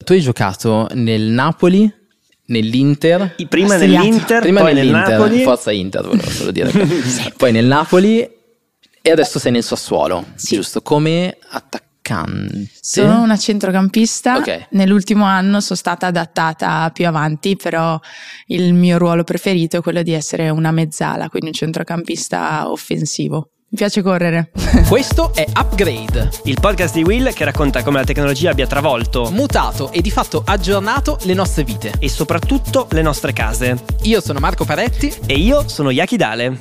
tu hai giocato nel Napoli, nell'Inter, prima nell'Inter, poi nel Napoli. Forza Inter, volevo solo dire. Poi nel Napoli e adesso sei nel Sassuolo, giusto? Come attaccante. Sono una centrocampista. Okay. Nell'ultimo anno sono stata adattata più avanti, però il mio ruolo preferito è quello di essere una mezzala, quindi un centrocampista offensivo. Mi piace correre. Questo è Upgrade, Il podcast di Will che racconta come la tecnologia abbia travolto, mutato e di fatto aggiornato le nostre vite. e soprattutto le nostre case. Io sono Marco Paretti. E io sono Yaki Dale.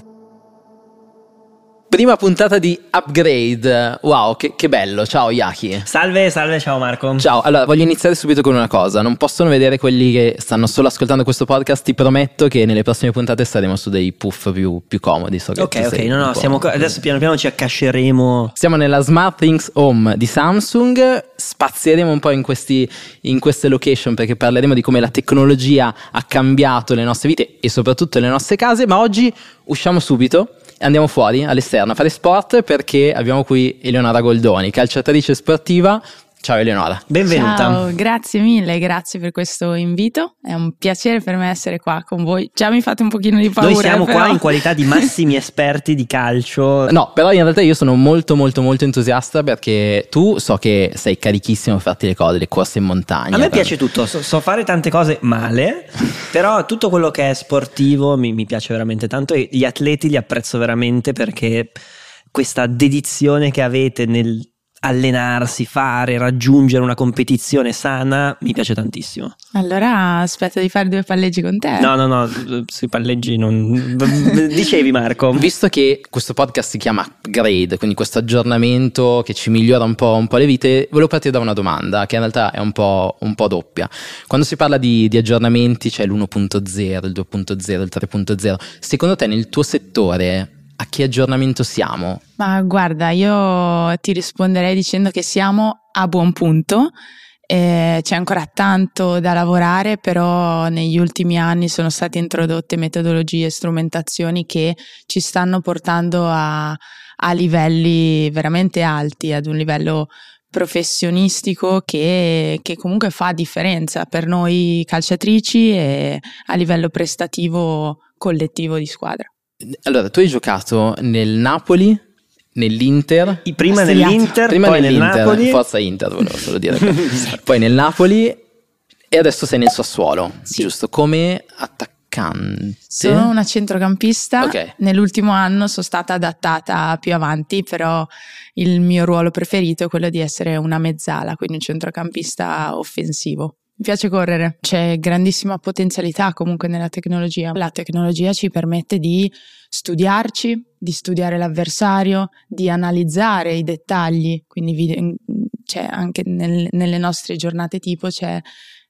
Prima puntata di Upgrade. Wow, che bello. Ciao Yaki. Salve, ciao Marco. Ciao, allora voglio iniziare subito con una cosa. Non possono vedere quelli che stanno solo ascoltando questo podcast. Ti prometto che nelle prossime puntate saremo su dei puff più comodi. So che Ok, no, adesso piano piano ci accasceremo. Siamo nella SmartThings Home di Samsung. Spazieremo un po' in queste location perché parleremo di come la tecnologia ha cambiato le nostre vite e soprattutto le nostre case. Ma oggi usciamo subito. Andiamo fuori all'esterno a fare sport perché abbiamo qui Eleonora Goldoni, calciatrice sportiva. Ciao Eleonora. Benvenuta. Ciao, grazie mille, grazie per questo invito. È un piacere per me essere qua con voi. Già mi fate un pochino di paura. Noi siamo però qua in qualità di massimi esperti di calcio. No, però in realtà io sono molto entusiasta perché tu so che sei carichissimo a farti le corse in montagna. A me piace tutto, so fare tante cose male, però tutto quello che è sportivo mi piace veramente tanto e gli atleti li apprezzo veramente perché questa dedizione che avete nel allenarsi, raggiungere una competizione sana mi piace tantissimo. Allora aspetta di fare 2 palleggi con te. No, sui palleggi non... Dicevi Marco. Visto che questo podcast si chiama Upgrade, quindi questo aggiornamento che ci migliora un po' le vite, volevo partire da una domanda che in realtà è un po' doppia. Quando si parla di aggiornamenti c'è l'1.0, il 2.0, il 3.0. Secondo te nel tuo settore a che aggiornamento siamo? Ma guarda, io ti risponderei dicendo che siamo a buon punto. C'è ancora tanto da lavorare, però negli ultimi anni sono state introdotte metodologie e strumentazioni che ci stanno portando a livelli veramente alti, ad un livello professionistico che comunque fa differenza per noi calciatrici e a livello prestativo collettivo di squadra. Allora, tu hai giocato nel Napoli, nell'Inter, Prima nell'Inter, poi nel Napoli. Forza Inter, volevo solo dire. Poi nel Napoli e adesso sei nel Sassuolo, giusto? Come attaccante. Sono una centrocampista. Okay. Nell'ultimo anno sono stata adattata più avanti, però il mio ruolo preferito è quello di essere una mezzala, quindi un centrocampista offensivo. Mi piace correre, c'è grandissima potenzialità comunque nella tecnologia. La tecnologia ci permette di studiarci, di studiare l'avversario, di analizzare i dettagli, quindi c'è anche nelle nostre giornate tipo c'è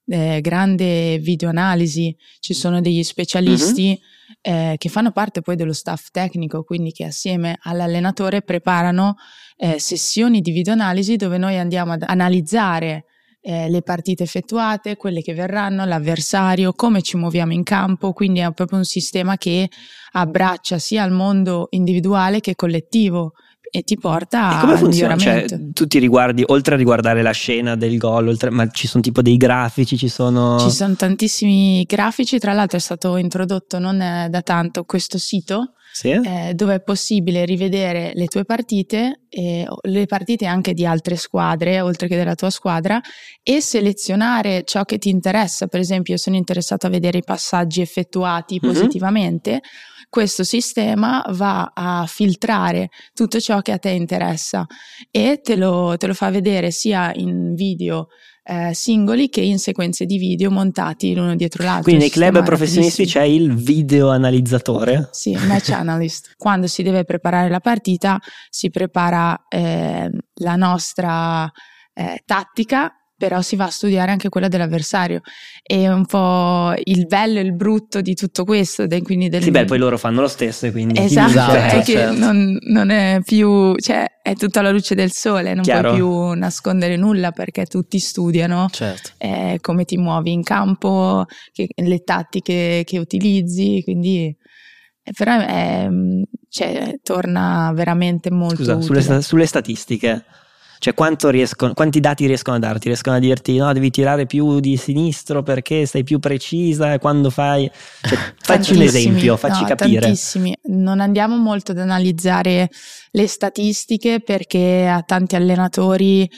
grande videoanalisi, ci sono degli specialisti che fanno parte poi dello staff tecnico, quindi che assieme all'allenatore preparano sessioni di videoanalisi dove noi andiamo ad analizzare le partite effettuate, quelle che verranno, l'avversario, come ci muoviamo in campo, quindi è proprio un sistema che abbraccia sia il mondo individuale che collettivo e ti porta come al funziona? miglioramento. Cioè, tu ti riguardi, oltre a riguardare la scena del gol, ma ci sono tipo dei grafici, ci sono tantissimi grafici, tra l'altro è stato introdotto non da tanto questo sito. Sì? Dove è possibile rivedere le tue partite e le partite anche di altre squadre oltre che della tua squadra e selezionare ciò che ti interessa. Per esempio io sono interessato a vedere i passaggi effettuati positivamente. Questo sistema va a filtrare tutto ciò che a te interessa e te lo fa vedere sia in video singoli che in sequenze di video montati l'uno dietro l'altro. Quindi nei club professionisti c'è il video analizzatore? Sì, match analyst. Quando si deve preparare la partita si prepara la nostra tattica, però si va a studiare anche quella dell'avversario. È un po' il bello e il brutto di tutto questo. Quindi Sì, beh, poi loro fanno lo stesso, quindi esatto, è che certo. non è più, cioè è tutta la luce del sole, non Chiaro. puoi più nascondere nulla perché tutti studiano come ti muovi in campo, le tattiche che utilizzi, quindi però torna veramente molto Scusa, utile. sulle statistiche Cioè quanti dati riescono a darti? Riescono a dirti no, devi tirare più di sinistro perché sei più precisa e quando fai... Cioè, facci un esempio, facci capire. Tantissimi. Non andiamo molto ad analizzare le statistiche perché a tanti allenatori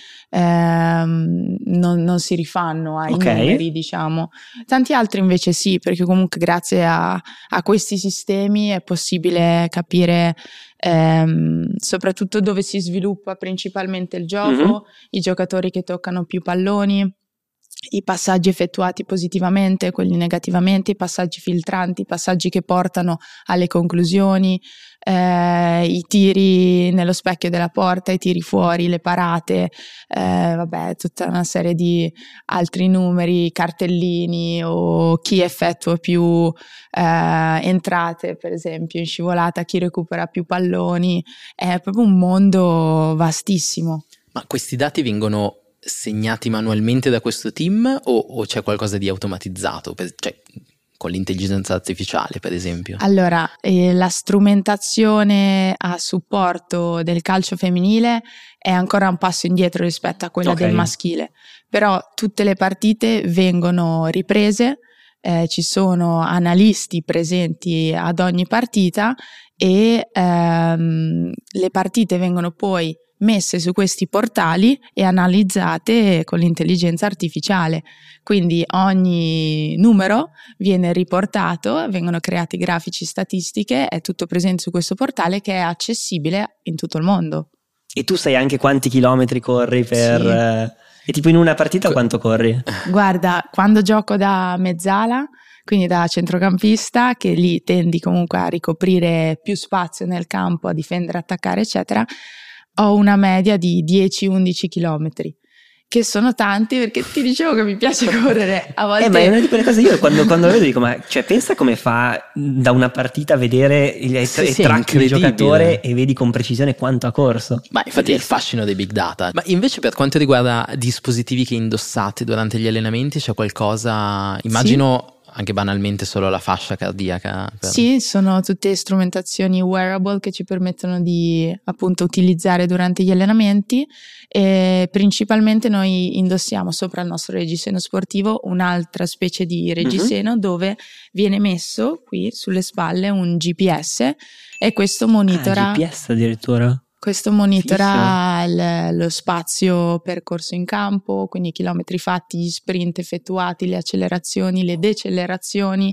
non si rifanno ai numeri, diciamo. Tanti altri invece sì, perché comunque grazie a questi sistemi è possibile capire soprattutto dove si sviluppa principalmente il gioco, i giocatori che toccano più palloni, i passaggi effettuati positivamente, quelli negativamente, i passaggi filtranti, i passaggi che portano alle conclusioni, i tiri nello specchio della porta, i tiri fuori, le parate, tutta una serie di altri numeri, cartellini o chi effettua più entrate, per esempio in scivolata, chi recupera più palloni. È proprio un mondo vastissimo. Ma questi dati vengono segnati manualmente da questo team o c'è qualcosa di automatizzato, cioè con l'intelligenza artificiale per esempio? Allora, la strumentazione a supporto del calcio femminile è ancora un passo indietro rispetto a quella del maschile, però tutte le partite vengono riprese, ci sono analisti presenti ad ogni partita e le partite vengono poi messe su questi portali e analizzate con l'intelligenza artificiale. Quindi ogni numero viene riportato, vengono creati grafici, statistiche, è tutto presente su questo portale che è accessibile in tutto il mondo. E tu sai anche quanti chilometri corri per... Sì. E tipo in una partita quanto corri? Guarda, quando gioco da mezzala, quindi da centrocampista, che lì tendi comunque a ricoprire più spazio nel campo, a difendere, attaccare, eccetera, ho una media di 10-11 chilometri, che sono tanti perché ti dicevo che mi piace correre a volte. Ma è una di quelle cose, io quando lo vedo dico, ma cioè, pensa come fa da una partita a vedere il track del giocatore e vedi con precisione quanto ha corso. Ma infatti è il fascino dei big data. Ma invece per quanto riguarda dispositivi che indossate durante gli allenamenti, c'è qualcosa, immagino... Sì. Anche banalmente solo la fascia cardiaca? Sì, sono tutte strumentazioni wearable che ci permettono di appunto utilizzare durante gli allenamenti e principalmente noi indossiamo sopra il nostro reggiseno sportivo un'altra specie di reggiseno dove viene messo qui sulle spalle un GPS e questo monitora... GPS addirittura? Questo monitora lo spazio percorso in campo, quindi i chilometri fatti, gli sprint effettuati, le accelerazioni, le decelerazioni,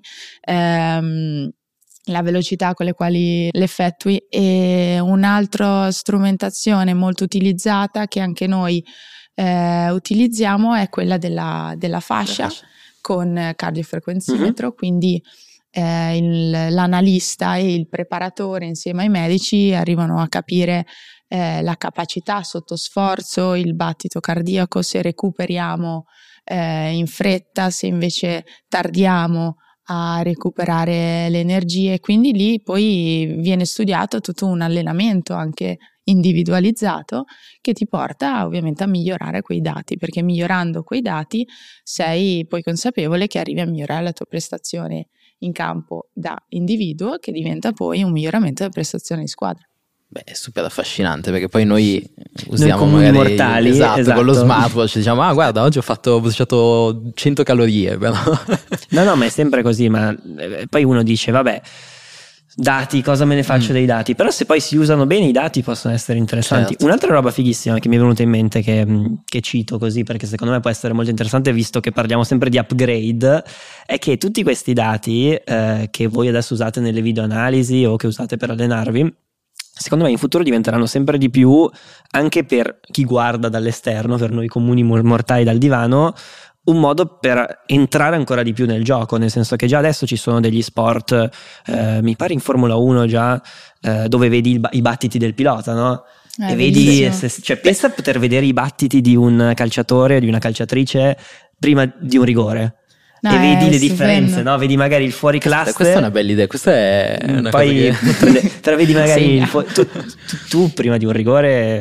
la velocità con le quali le effettui. E un'altra strumentazione molto utilizzata che anche noi utilizziamo è quella della fascia con cardiofrequenzimetro, quindi l'analista e il preparatore insieme ai medici arrivano a capire la capacità sotto sforzo, il battito cardiaco, se recuperiamo in fretta, se invece tardiamo a recuperare le energie. Quindi lì poi viene studiato tutto un allenamento anche individualizzato che ti porta ovviamente a migliorare quei dati, perché migliorando quei dati sei poi consapevole che arrivi a migliorare la tua prestazione in campo da individuo, che diventa poi un miglioramento della prestazione di squadra. Beh, è super affascinante perché poi noi usiamo magari mortali, esatto, con lo smartwatch diciamo guarda oggi ho bruciato 100 calorie però. No ma è sempre così, ma poi uno dice vabbè, dati, cosa me ne faccio dei dati? Però se poi si usano bene i dati possono essere interessanti. Certo. Un'altra roba fighissima che mi è venuta in mente che cito così perché secondo me può essere molto interessante, visto che parliamo sempre di upgrade, è che tutti questi dati che voi adesso usate nelle videoanalisi o che usate per allenarvi, secondo me in futuro diventeranno sempre di più, anche per chi guarda dall'esterno, per noi comuni mortali dal divano, un modo per entrare ancora di più nel gioco, nel senso che già adesso ci sono degli sport, mi pare in Formula 1 già, dove vedi i battiti del pilota, no? E vedi, cioè, pensa a poter vedere i battiti di un calciatore o di una calciatrice prima di un rigore. No, e vedi le differenze, no? Vedi magari il fuori classe. Questa è una bella idea, questa è una poi cosa che... però vedi magari tu prima di un rigore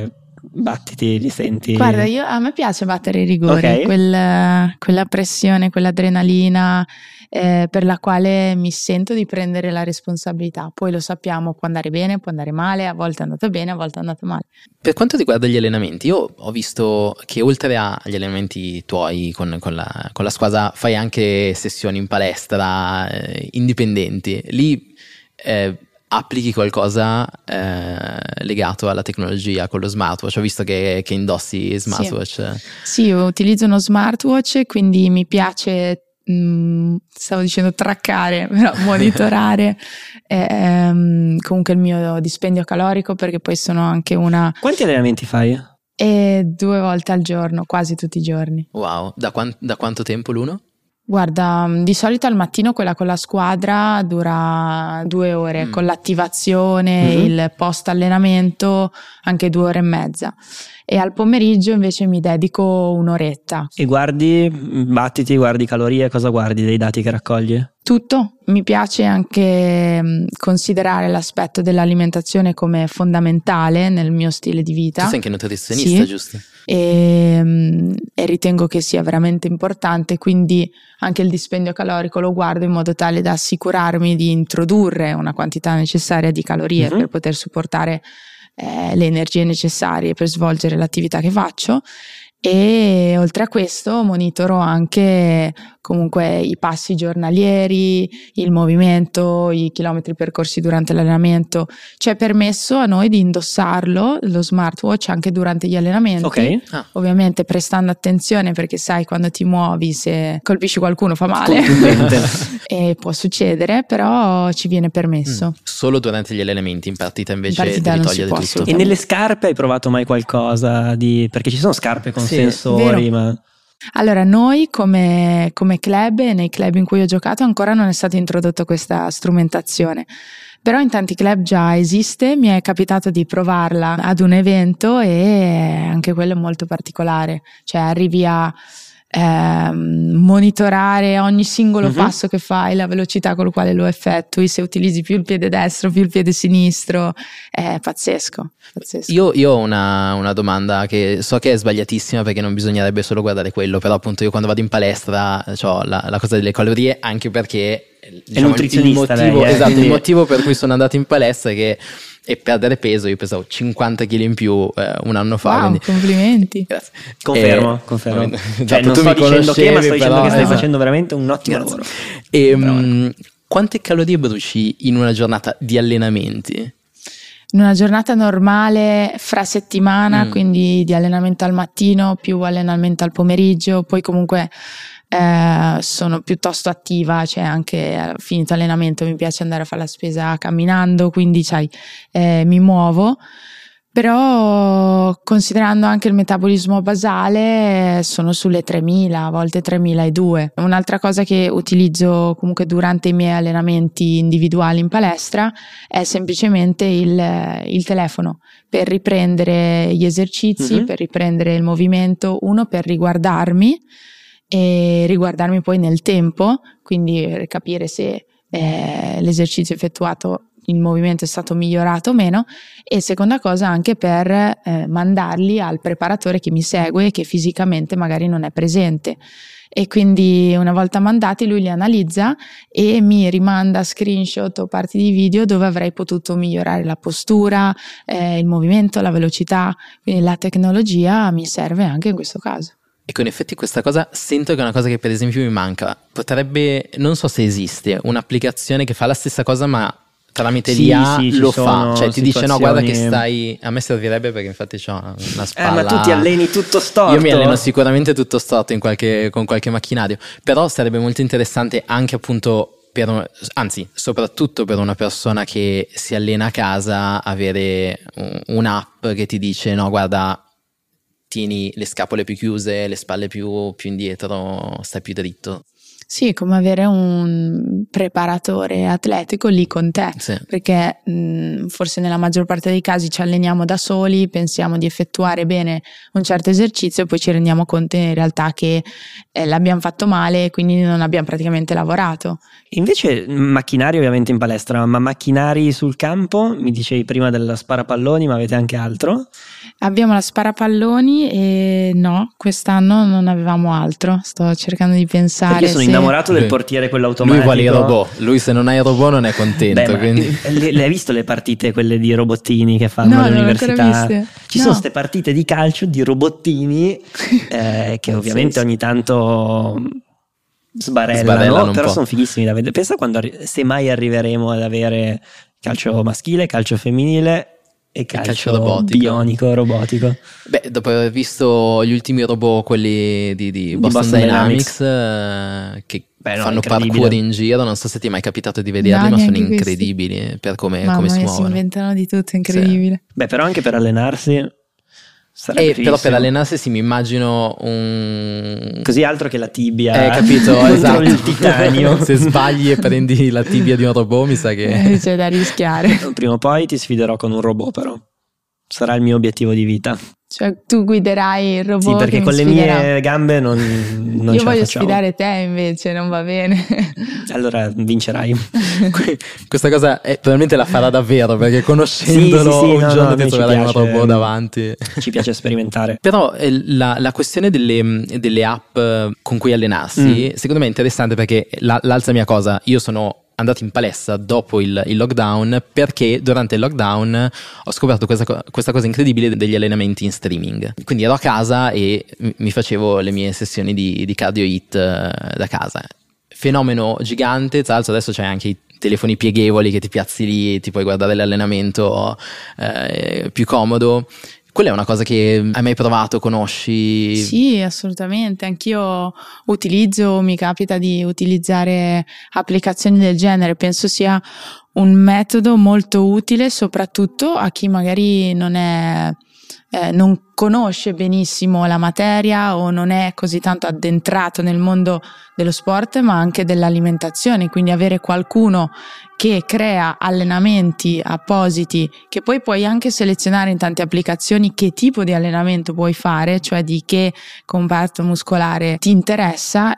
battiti, li senti? Guarda, a me piace battere i rigori, Ok. quella pressione, quell'adrenalina per la quale mi sento di prendere la responsabilità. Poi lo sappiamo, può andare bene, può andare male, a volte è andato bene, a volte è andato male. Per quanto riguarda gli allenamenti, io ho visto che oltre agli allenamenti tuoi con la squadra fai anche sessioni in palestra indipendenti. Lì applichi qualcosa legato alla tecnologia con lo smartwatch? Ho visto che indossi smartwatch. Sì, io utilizzo uno smartwatch, quindi mi piace, stavo dicendo traccare, però monitorare comunque il mio dispendio calorico, perché poi sono anche Quanti allenamenti fai? 2 volte al giorno, quasi tutti i giorni. Wow, da quanto tempo l'uno? Guarda, di solito al mattino quella con la squadra dura 2 ore, con l'attivazione, il post allenamento anche 2 ore e mezza, e al pomeriggio invece mi dedico 1 oretta. E guardi battiti, guardi calorie, cosa guardi dei dati che raccogli? Tutto, mi piace anche considerare l'aspetto dell'alimentazione come fondamentale nel mio stile di vita. Tu sei anche nutrizionista, Sì. giusto? E ritengo che sia veramente importante, quindi anche il dispendio calorico lo guardo in modo tale da assicurarmi di introdurre una quantità necessaria di calorie per poter supportare le energie necessarie per svolgere l'attività che faccio. E oltre a questo monitoro anche comunque i passi giornalieri, il movimento, i chilometri percorsi durante l'allenamento. C'è permesso a noi di indossarlo, lo smartwatch, anche durante gli allenamenti. Ok. Ovviamente prestando attenzione, perché sai, quando ti muovi, se colpisci qualcuno fa male e può succedere, però ci viene permesso. Solo durante gli allenamenti, in partita invece In partita devi non si togliere può, tutto. E nelle scarpe hai provato mai qualcosa di... Perché ci sono scarpe con sensori, vero. ma... Allora, noi come club e nei club in cui ho giocato ancora non è stata introdotta questa strumentazione, però in tanti club già esiste. Mi è capitato di provarla ad un evento e anche quello è molto particolare, cioè arrivi a monitorare ogni singolo passo che fai, la velocità con la quale lo effettui, se utilizzi più il piede destro, più il piede sinistro, è pazzesco. Io ho una domanda che so che è sbagliatissima, perché non bisognerebbe solo guardare quello, però appunto io quando vado in palestra ho la cosa delle calorie, anche perché diciamo, nutrizionista il motivo per cui sono andato in palestra è perdere peso. Io pesavo 50 kg in più un anno fa. Wow, quindi... complimenti. Grazie. Confermo. Esatto, Cioè, non tu sto mi dicendo che, ma sto conoscevi, dicendo però, che stai esatto. facendo veramente un ottimo lavoro. Quante calorie bruci in una giornata di allenamenti? In una giornata normale fra settimana, quindi di allenamento al mattino più allenamento al pomeriggio, poi comunque sono piuttosto attiva, cioè anche finito allenamento mi piace andare a fare la spesa camminando, quindi sai, mi muovo. Però considerando anche il metabolismo basale sono sulle 3.000, a volte 3.200. Un'altra cosa che utilizzo comunque durante i miei allenamenti individuali in palestra è semplicemente il telefono per riprendere gli esercizi, per riprendere il movimento, uno per riguardarmi e riguardarmi poi nel tempo, quindi capire se l'esercizio effettuato, il movimento è stato migliorato o meno, e seconda cosa anche per mandarli al preparatore che mi segue e che fisicamente magari non è presente, e quindi una volta mandati lui li analizza e mi rimanda screenshot o parti di video dove avrei potuto migliorare la postura, il movimento, la velocità. Quindi la tecnologia mi serve anche in questo caso. Ecco, in effetti questa cosa sento che è una cosa che per esempio mi manca. Potrebbe, non so se esiste un'applicazione che fa la stessa cosa ma tramite l'IA lo fa, cioè ti dice no, guarda che stai, a me servirebbe perché infatti ho una spalla, ma tu ti alleni tutto storto. Io mi alleno sicuramente tutto storto con qualche macchinario, però sarebbe molto interessante anche appunto anzi soprattutto per una persona che si allena a casa, avere un'app che ti dice no, guarda, tieni le scapole più chiuse, le spalle più indietro, stai più dritto. Sì, come avere un preparatore atletico lì con te, Sì. perché forse nella maggior parte dei casi ci alleniamo da soli, pensiamo di effettuare bene un certo esercizio e poi ci rendiamo conto in realtà che l'abbiamo fatto male e quindi non abbiamo praticamente lavorato. Invece macchinari ovviamente in palestra, ma macchinari sul campo? Mi dicevi prima della sparapalloni, ma avete anche altro? Abbiamo la sparapalloni e no, quest'anno non avevamo altro, sto cercando di pensare. Perché io sono innamorato del portiere quello Lui automatico. vuole i robot, lui se non ha i robot non è contento. Beh, ma Quindi... le hai visto le partite quelle di robottini che fanno No, alle non l'ho ancora università? viste. Ci No. sono queste partite di calcio di robottini che ovviamente ogni tanto sbarellano, però sono fighissimi da vedere. Pensa quando se mai arriveremo ad avere calcio maschile, calcio femminile e calcio robotico. bionico, robotico. Beh, dopo aver visto gli ultimi robot, quelli di Boston Dynamics, che fanno parkour in giro, non so se ti è mai capitato di vederli, ma sono incredibili per come si muovono. Si inventano di tutto, incredibile. Sì. Beh, però anche per allenarsi sarebbe però per allenarsi mi immagino così altro che la tibia, capito, contro esatto. il titanio. Se sbagli e prendi la tibia di un robot mi sa che c'è da rischiare. Prima o poi ti sfiderò con un robot, però sarà il mio obiettivo di vita. Cioè tu guiderai il robot. Sì, perché con le mie gambe non io voglio sfidare te invece, non va bene. Allora vincerai. Questa cosa probabilmente la farà davvero, perché conoscendolo un giorno ti troverai un robot davanti. Ci piace sperimentare. Però la questione delle app con cui allenarsi secondo me è interessante, perché l'altra mia cosa, io sono andato in palestra dopo il lockdown, perché durante il lockdown ho scoperto questa cosa incredibile degli allenamenti in streaming. Quindi ero a casa e mi facevo le mie sessioni di cardio HIIT da casa. Fenomeno gigante, tra l'altro adesso c'è anche i telefoni pieghevoli che ti piazzi lì e ti puoi guardare l'allenamento più comodo. Quella è una cosa che hai mai provato, conosci? Sì, assolutamente, anch'io mi capita di utilizzare applicazioni del genere, penso sia un metodo molto utile soprattutto a chi magari non conosce benissimo la materia o non è così tanto addentrato nel mondo dello sport, ma anche dell'alimentazione, quindi avere qualcuno che crea allenamenti appositi, che poi puoi anche selezionare in tante applicazioni che tipo di allenamento puoi fare, cioè di che comparto muscolare ti interessa.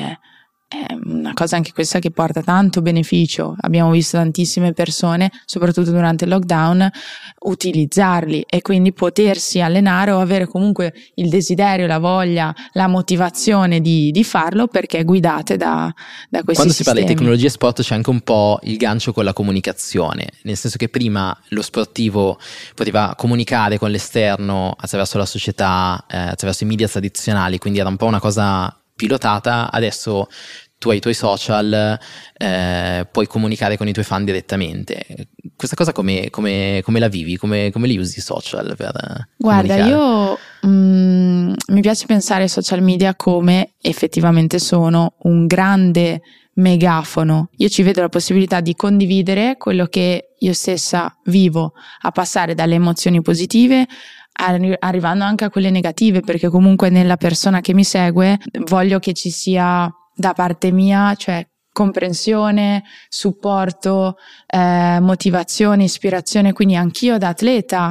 È una cosa anche questa che porta tanto beneficio. Abbiamo visto tantissime persone, soprattutto durante il lockdown, utilizzarli e quindi potersi allenare o avere comunque il desiderio, la voglia, la motivazione di farlo, perché guidate da questi Quando si parla sistemi. di tecnologie sport c'è anche un po' il gancio con la comunicazione, nel senso che prima lo sportivo poteva comunicare con l'esterno attraverso la società, attraverso i media tradizionali, quindi era un po' una cosa pilotata. Adesso tu hai i tuoi social, puoi comunicare con i tuoi fan direttamente. Questa cosa come la vivi? Come li usi i social per Guarda, comunicare? io mi piace pensare ai social media come effettivamente sono un grande megafono. Io ci vedo la possibilità di condividere quello che io stessa vivo, a passare dalle emozioni positive arrivando anche a quelle negative, perché comunque nella persona che mi segue voglio che ci sia da parte mia, cioè comprensione, supporto, motivazione, ispirazione. Quindi anch'io da atleta,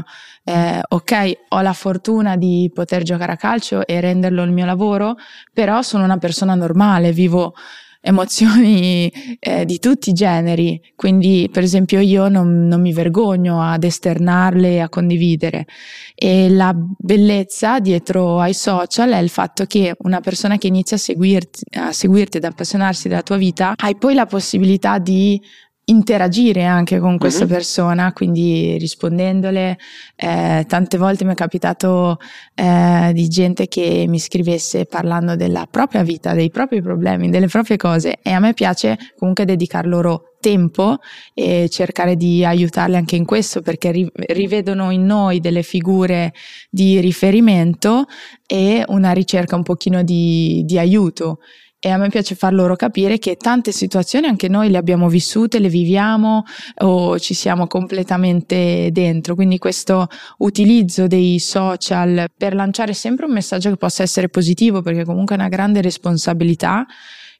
ok, ho la fortuna di poter giocare a calcio e renderlo il mio lavoro, però sono una persona normale, vivo emozioni di tutti i generi, quindi per esempio io non mi vergogno ad esternarle e a condividere. E la bellezza dietro ai social è il fatto che una persona che inizia a seguirti, ad appassionarsi della tua vita, hai poi la possibilità di interagire anche con questa persona, quindi rispondendole. Tante volte mi è capitato di gente che mi scrivesse parlando della propria vita, dei propri problemi, delle proprie cose, e a me piace comunque dedicar loro tempo e cercare di aiutarli anche in questo, perché rivedono in noi delle figure di riferimento e una ricerca un pochino di aiuto. E a me piace far loro capire che tante situazioni anche noi le abbiamo vissute, le viviamo o ci siamo completamente dentro. Quindi questo utilizzo dei social per lanciare sempre un messaggio che possa essere positivo, perché comunque è una grande responsabilità,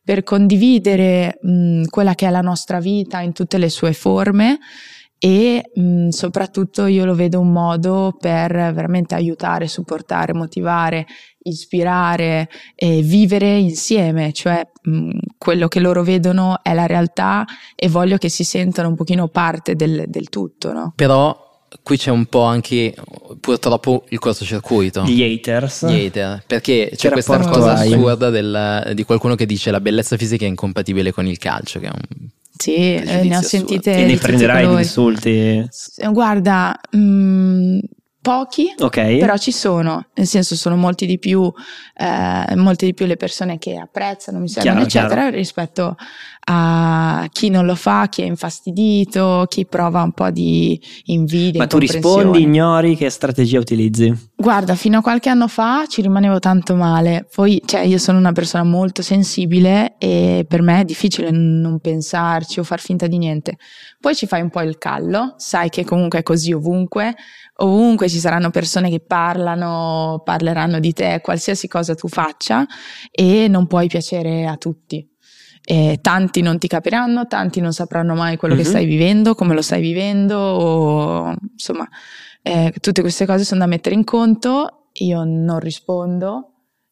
per condividere quella che è la nostra vita in tutte le sue forme e soprattutto io lo vedo un modo per veramente aiutare, supportare, motivare, ispirare e vivere insieme, cioè quello che loro vedono è la realtà e voglio che si sentano un pochino parte del tutto, no? Però qui c'è un po' anche purtroppo il cortocircuito, gli hater, perché c'è questa cosa assurda di qualcuno che dice la bellezza fisica è incompatibile con il calcio, che è un sì, ne ho sentite e ne prenderai gli insulti? Guarda, pochi, però ci sono, nel senso sono molte di più le persone che apprezzano, mi seguono, eccetera, rispetto a chi non lo fa, chi è infastidito, chi prova un po' di invidia. Ma tu rispondi, ignori, che strategia utilizzi? Guarda, fino a qualche anno fa ci rimanevo tanto male, poi io sono una persona molto sensibile e per me è difficile non pensarci o far finta di niente. Poi ci fai un po' il callo, sai che comunque è così ovunque ci saranno persone che parleranno di te, qualsiasi cosa tu faccia, e non puoi piacere a tutti. Tanti non ti capiranno, tanti non sapranno mai quello che stai vivendo, come lo stai vivendo, o insomma tutte queste cose sono da mettere in conto. Io non rispondo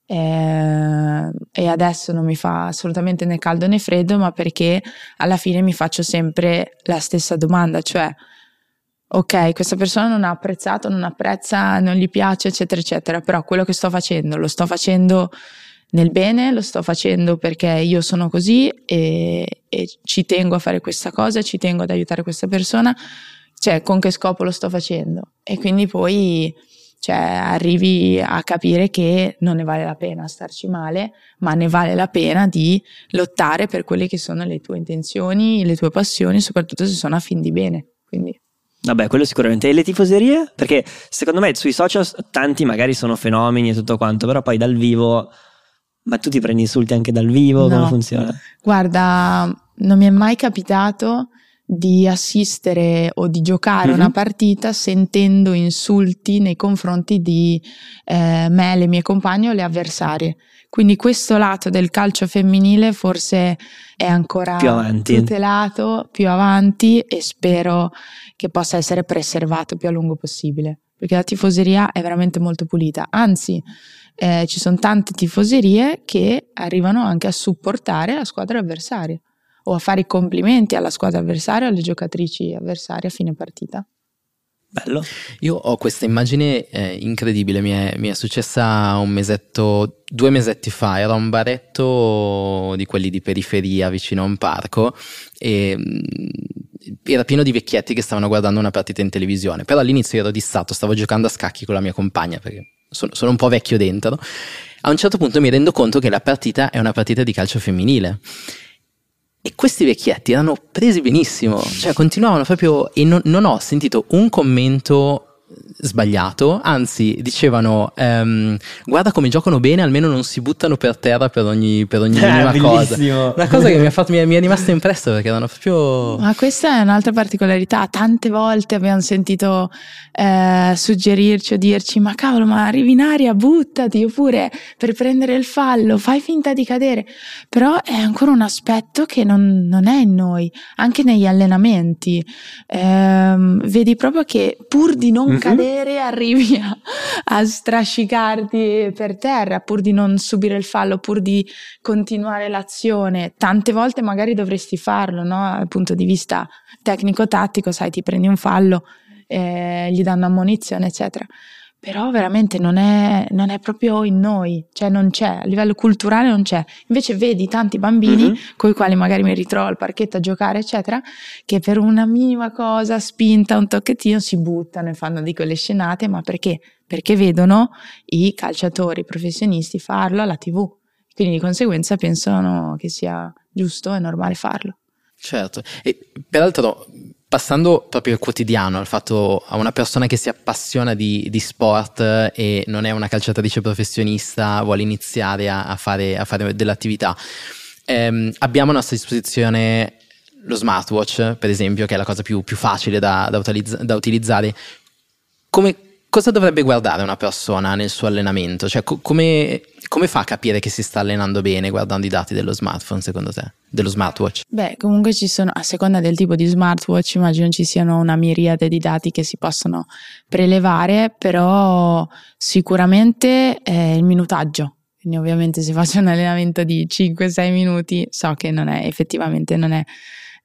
e adesso non mi fa assolutamente né caldo né freddo, ma perché alla fine mi faccio sempre la stessa domanda, cioè ok, questa persona non ha apprezzato, non apprezza, non gli piace, eccetera eccetera, però quello che sto facendo lo sto facendo nel bene, lo sto facendo perché io sono così e ci tengo a fare questa cosa, ci tengo ad aiutare questa persona, cioè con che scopo lo sto facendo? E quindi poi arrivi a capire che non ne vale la pena starci male, ma ne vale la pena di lottare per quelle che sono le tue intenzioni, le tue passioni, soprattutto se sono a fin di bene. Quindi vabbè, quello sicuramente. E le tifoserie? Perché secondo me sui social tanti magari sono fenomeni e tutto quanto, però poi dal vivo... Ma tu ti prendi insulti anche dal vivo? No. Come funziona? Guarda, non mi è mai capitato di assistere o di giocare una partita sentendo insulti nei confronti di me, le mie compagne o le avversarie. Quindi questo lato del calcio femminile forse è ancora più avanti, tutelato, più avanti, e spero che possa essere preservato più a lungo possibile, perché la tifoseria è veramente molto pulita, anzi ci sono tante tifoserie che arrivano anche a supportare la squadra avversaria o a fare i complimenti alla squadra avversaria o alle giocatrici avversarie a fine partita. Bello. Io ho questa immagine incredibile, mi è successa 2 mesetti fa, ero a un baretto di quelli di periferia vicino a un parco e era pieno di vecchietti che stavano guardando una partita in televisione, però all'inizio ero distratto, stavo giocando a scacchi con la mia compagna perché sono un po' vecchio dentro. A un certo punto mi rendo conto che la partita è una partita di calcio femminile e questi vecchietti erano presi benissimo, cioè continuavano proprio, e non ho sentito un commento sbagliato, anzi dicevano guarda come giocano bene, almeno non si buttano per terra per ogni minima cosa. Una cosa che mi è rimasta impressa, perché erano proprio... Ma questa è un'altra particolarità, tante volte abbiamo sentito suggerirci o dirci ma cavolo, ma arrivi in aria, buttati, oppure per prendere il fallo fai finta di cadere, però è ancora un aspetto che non è in noi, anche negli allenamenti vedi proprio che pur di non cadere arrivi a strascicarti per terra, pur di non subire il fallo, pur di continuare l'azione. Tante volte magari dovresti farlo, no? Dal punto di vista tecnico-tattico, sai, ti prendi un fallo, gli danno ammonizione, eccetera. Però veramente non è proprio in noi, cioè non c'è, a livello culturale non c'è. Invece vedi tanti bambini con i quali magari mi ritrovo al parchetto a giocare, eccetera, che per una minima cosa, spinta, un tocchettino, si buttano e fanno di quelle scenate. Ma perché? Perché vedono i calciatori professionisti farlo alla TV, quindi di conseguenza pensano che sia giusto e normale farlo. Certo, e peraltro passando proprio al quotidiano, al fatto, a una persona che si appassiona di sport e non è una calciatrice professionista, vuole iniziare a fare dell'attività, abbiamo a nostra disposizione lo smartwatch, per esempio, che è la cosa più facile da utilizzare. Come cosa dovrebbe guardare una persona nel suo allenamento? Cioè come fa a capire che si sta allenando bene guardando i dati dello smartphone, secondo te? Dello smartwatch? Beh, comunque ci sono, a seconda del tipo di smartwatch, immagino ci siano una miriade di dati che si possono prelevare, però sicuramente il minutaggio. Quindi ovviamente se faccio un allenamento di 5-6 minuti so che effettivamente non è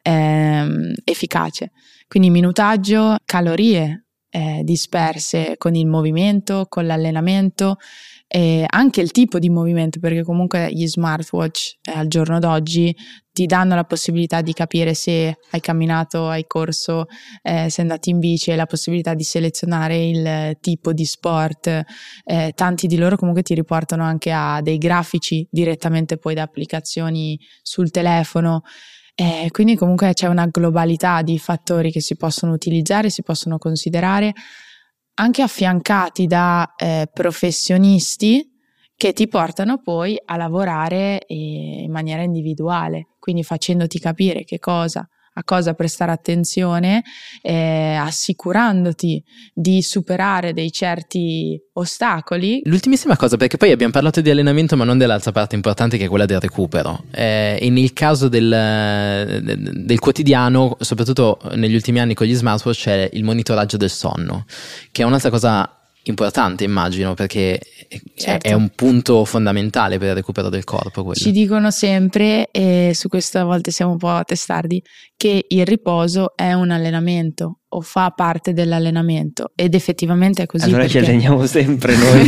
efficace. Quindi minutaggio, calorie disperse con il movimento, con l'allenamento, anche il tipo di movimento, perché comunque gli smartwatch al giorno d'oggi ti danno la possibilità di capire se hai camminato, hai corso, sei andato in bici, hai la possibilità di selezionare il tipo di sport. Tanti di loro comunque ti riportano anche a dei grafici direttamente poi da applicazioni sul telefono. Quindi comunque c'è una globalità di fattori che si possono utilizzare, si possono considerare, anche affiancati da professionisti che ti portano poi a lavorare in maniera individuale, quindi facendoti capire a cosa prestare attenzione, assicurandoti di superare dei certi ostacoli. L'ultimissima cosa, perché poi abbiamo parlato di allenamento ma non dell'altra parte importante, che è quella del recupero, e nel caso del quotidiano, soprattutto negli ultimi anni con gli smartwatch, c'è il monitoraggio del sonno, che è un'altra cosa importante, immagino, perché certo, è un punto fondamentale per il recupero del corpo quello. Ci dicono sempre, e su questo a volte siamo un po' testardi, che il riposo è un allenamento o fa parte dell'allenamento, ed effettivamente è così. Allora perché... ci alleniamo sempre noi.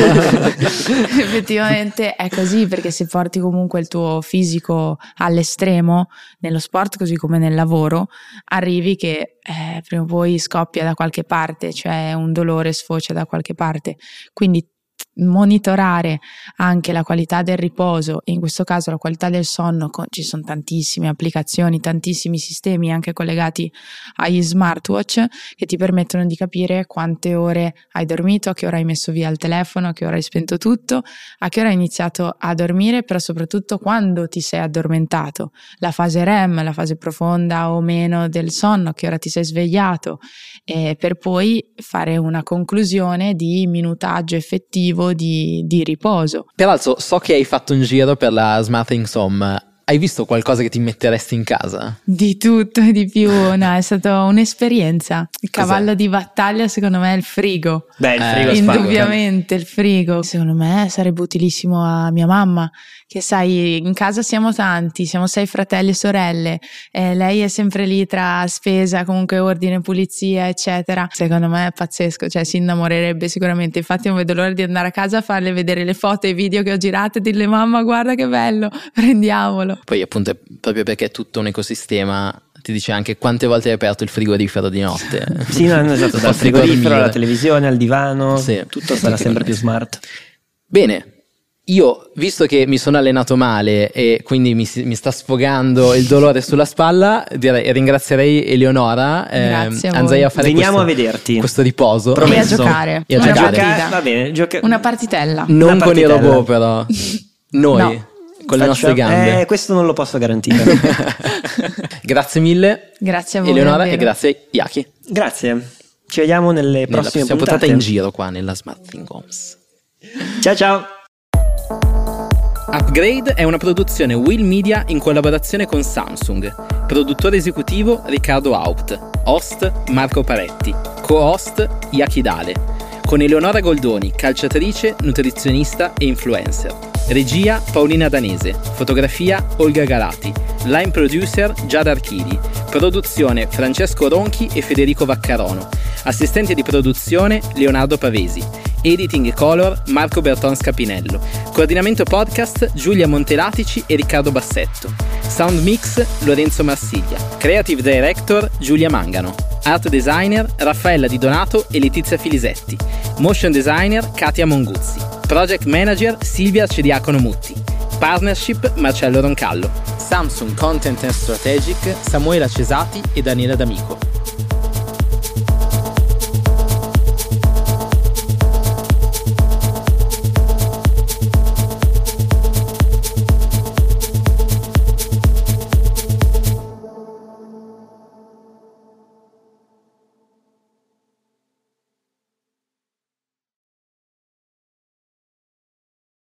Effettivamente è così, perché se porti comunque il tuo fisico all'estremo nello sport così come nel lavoro, arrivi che prima o poi scoppia da qualche parte, cioè un dolore sfocia da qualche parte. Quindi monitorare anche la qualità del riposo, e in questo caso la qualità del sonno, ci sono tantissime applicazioni, tantissimi sistemi anche collegati agli smartwatch che ti permettono di capire quante ore hai dormito, a che ora hai messo via il telefono, a che ora hai spento tutto, a che ora hai iniziato a dormire, però soprattutto quando ti sei addormentato, la fase REM, la fase profonda o meno del sonno, a che ora ti sei svegliato, per poi fare una conclusione di minutaggio effettivo di riposo. Peraltro so che hai fatto un giro per la SmartThings Home. Hai visto qualcosa che ti metteresti in casa? Di tutto e di più, no, è stata un'esperienza. Il cavallo di battaglia secondo me è il frigo. Beh, il frigo indubbiamente il frigo. Secondo me sarebbe utilissimo a mia mamma, che sai, in casa siamo tanti, siamo 6 fratelli e sorelle, lei è sempre lì tra spesa, comunque ordine, pulizia, eccetera. Secondo me è pazzesco, cioè si innamorerebbe sicuramente. Infatti non vedo l'ora di andare a casa a farle vedere le foto e i video che ho girato e dirle: mamma, guarda che bello, prendiamolo. Poi appunto proprio perché è tutto un ecosistema, ti dice anche quante volte hai aperto il frigorifero di notte. Sì, no, esatto, dal frigorifero alla televisione, al divano, sì, tutto sarà sempre più smart. Bene, io visto che mi sono allenato male e quindi mi sta sfogando il dolore sulla spalla, ringrazierei Eleonora. Grazie a voi. Andrei a fare a vederti questo riposo. E a giocare. E a una giocare. partita. Va bene, una partitella. Non una con i partitella. robot però. Noi. No. Con le nostre gambe. Questo non lo posso garantire. Grazie mille. Grazie a voi, Eleonora, davvero. e grazie Yaki. Grazie. Ci vediamo nelle prossime puntata puntate. in giro qua nella SmartThings Homes. Ciao ciao. Upgrade è una produzione Will Media in collaborazione con Samsung. Produttore esecutivo Riccardo Haupt. Host Marco Paretti. Co-host Yaki Dale. Con Eleonora Goldoni, calciatrice, nutrizionista e influencer. Regia Paolina Danese. Fotografia Olga Galati. Line producer Giada Archidi. Produzione Francesco Ronchi e Federico Vaccarono. Assistente di produzione Leonardo Pavesi. Editing e color Marco Berton Scapinello. Coordinamento podcast Giulia Montelatici e Riccardo Bassetto. Sound mix Lorenzo Marsiglia. Creative director Giulia Mangano. Art designer Raffaella Di Donato e Letizia Filisetti. Motion designer Katia Monguzzi. Project manager Silvia Cediacono Mutti. Partnership Marcello Roncallo. Samsung Content and Strategic Samuela Cesati e Daniela D'Amico.